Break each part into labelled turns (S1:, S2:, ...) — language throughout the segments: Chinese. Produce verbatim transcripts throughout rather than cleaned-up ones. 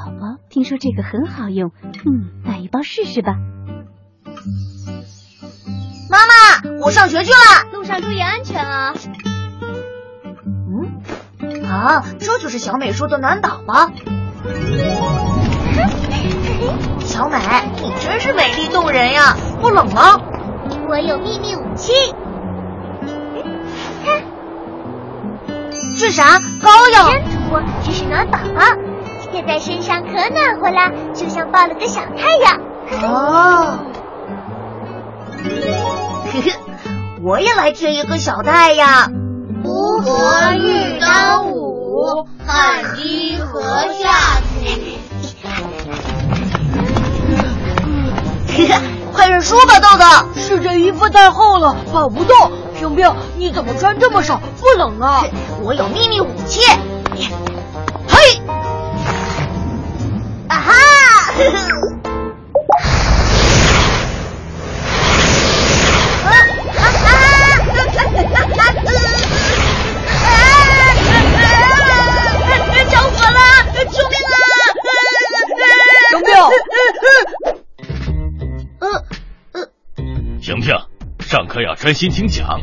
S1: 宝，听说这个很好用，嗯，买一包试试吧。
S2: 妈妈，我上学去了，
S3: 路上注意安全啊。
S2: 嗯，啊，这就是小美说的暖宝宝。小美，你真是美丽动人呀，不冷吗？
S3: 我有秘密武器。
S2: 是啥？膏药？
S3: 真土，这是暖宝宝，贴在身上可暖和啦，就像抱了个小太阳。
S2: 哦，呵呵，我也来贴一个小太阳。
S3: 乌合玉丹舞，汗滴禾下土。
S2: 呵呵，快认输吧，豆豆。
S4: 是这衣服太厚了，跑不动。平平，你怎么穿这么少？不冷啊？
S2: 我有秘密武器。嘿，啊哈！呵呵啊啊啊！着火了！救命啊！
S4: 平平，
S2: 呃呃，
S5: 平平。上课要专心听讲。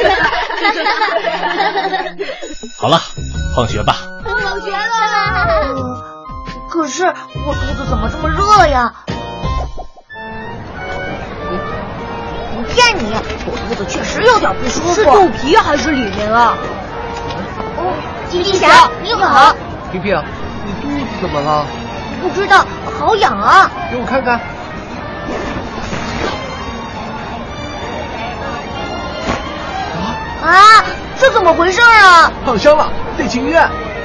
S5: 好了，放学吧。
S3: 放学了。
S2: 呃、可是我肚子怎么这么热呀？不骗你，我肚子确实有点不舒服。
S4: 是肚皮还是里面啊？
S2: 哦，吉吉侠，你好。
S6: 平平，你肚子怎么了？
S2: 不知道，好痒啊。
S6: 给我看看。
S2: 啊，这怎么回事啊？
S6: 烫伤了，得去医院。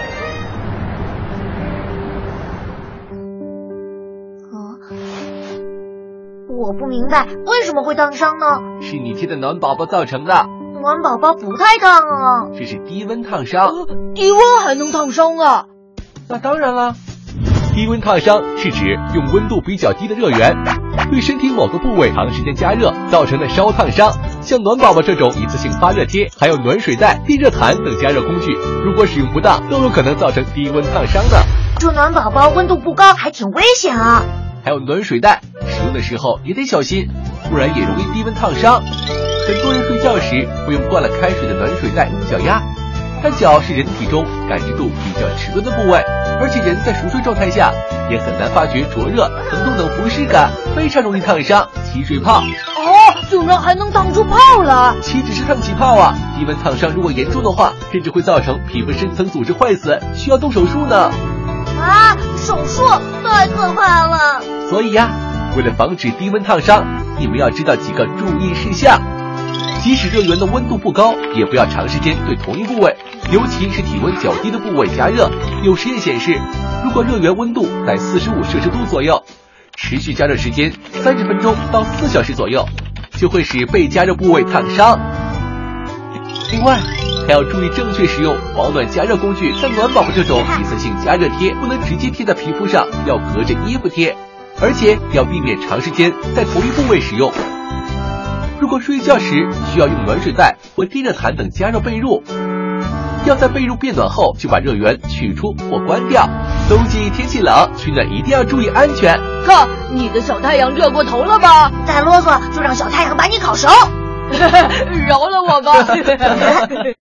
S2: 啊，我不明白为什么会烫伤呢？
S6: 是你贴的暖宝宝造成的。
S2: 暖宝宝不太烫啊。
S6: 这是低温烫伤。
S4: 呃、低温还能烫伤啊？
S6: 那当然了。低温烫伤是指用温度比较低的热源对身体某个部位长时间加热造成的烧烫伤。像暖宝宝这种一次性发热贴，还有暖水袋、地热毯等加热工具，如果使用不当，都有可能造成低温烫伤的。
S2: 这暖宝宝温度不高，还挺危险啊。
S6: 还有暖水袋，使用的时候也得小心，不然也容易低温烫伤。很多人睡觉时会用灌了开水的暖水袋捂脚丫，但脚是人体中感知度比较迟钝的部位，而且人在熟睡状态下也很难发觉灼热、疼痛等不适感，非常容易烫伤起水泡。
S4: 哦，竟然还能烫出泡来！
S6: 岂止是烫起泡啊，低温烫伤如果严重的话，甚至会造成皮肤深层组织坏死，需要动手术呢。
S2: 啊，手术太可怕了。
S6: 所以呀，为了防止低温烫伤，你们要知道几个注意事项。即使热源的温度不高，也不要长时间对同一部位，尤其是体温较低的部位加热。有实验显示，如果热源温度在四十五摄氏度左右，持续加热时间三十分钟到四小时左右，就会使被加热部位烫伤。另外，还要注意正确使用保暖加热工具。像暖宝宝这种一次性加热贴，不能直接贴在皮肤上，要隔着衣服贴，而且要避免长时间在同一部位使用。如果睡觉时需要用暖水袋或地热毯等加热被褥，要在被褥变暖后就把热源取出或关掉。冬季天气冷，取暖一定要注意安全。
S4: 看，你的小太阳热过头了吧？
S2: 再啰嗦就让小太阳把你烤熟。
S4: 饶了我吧。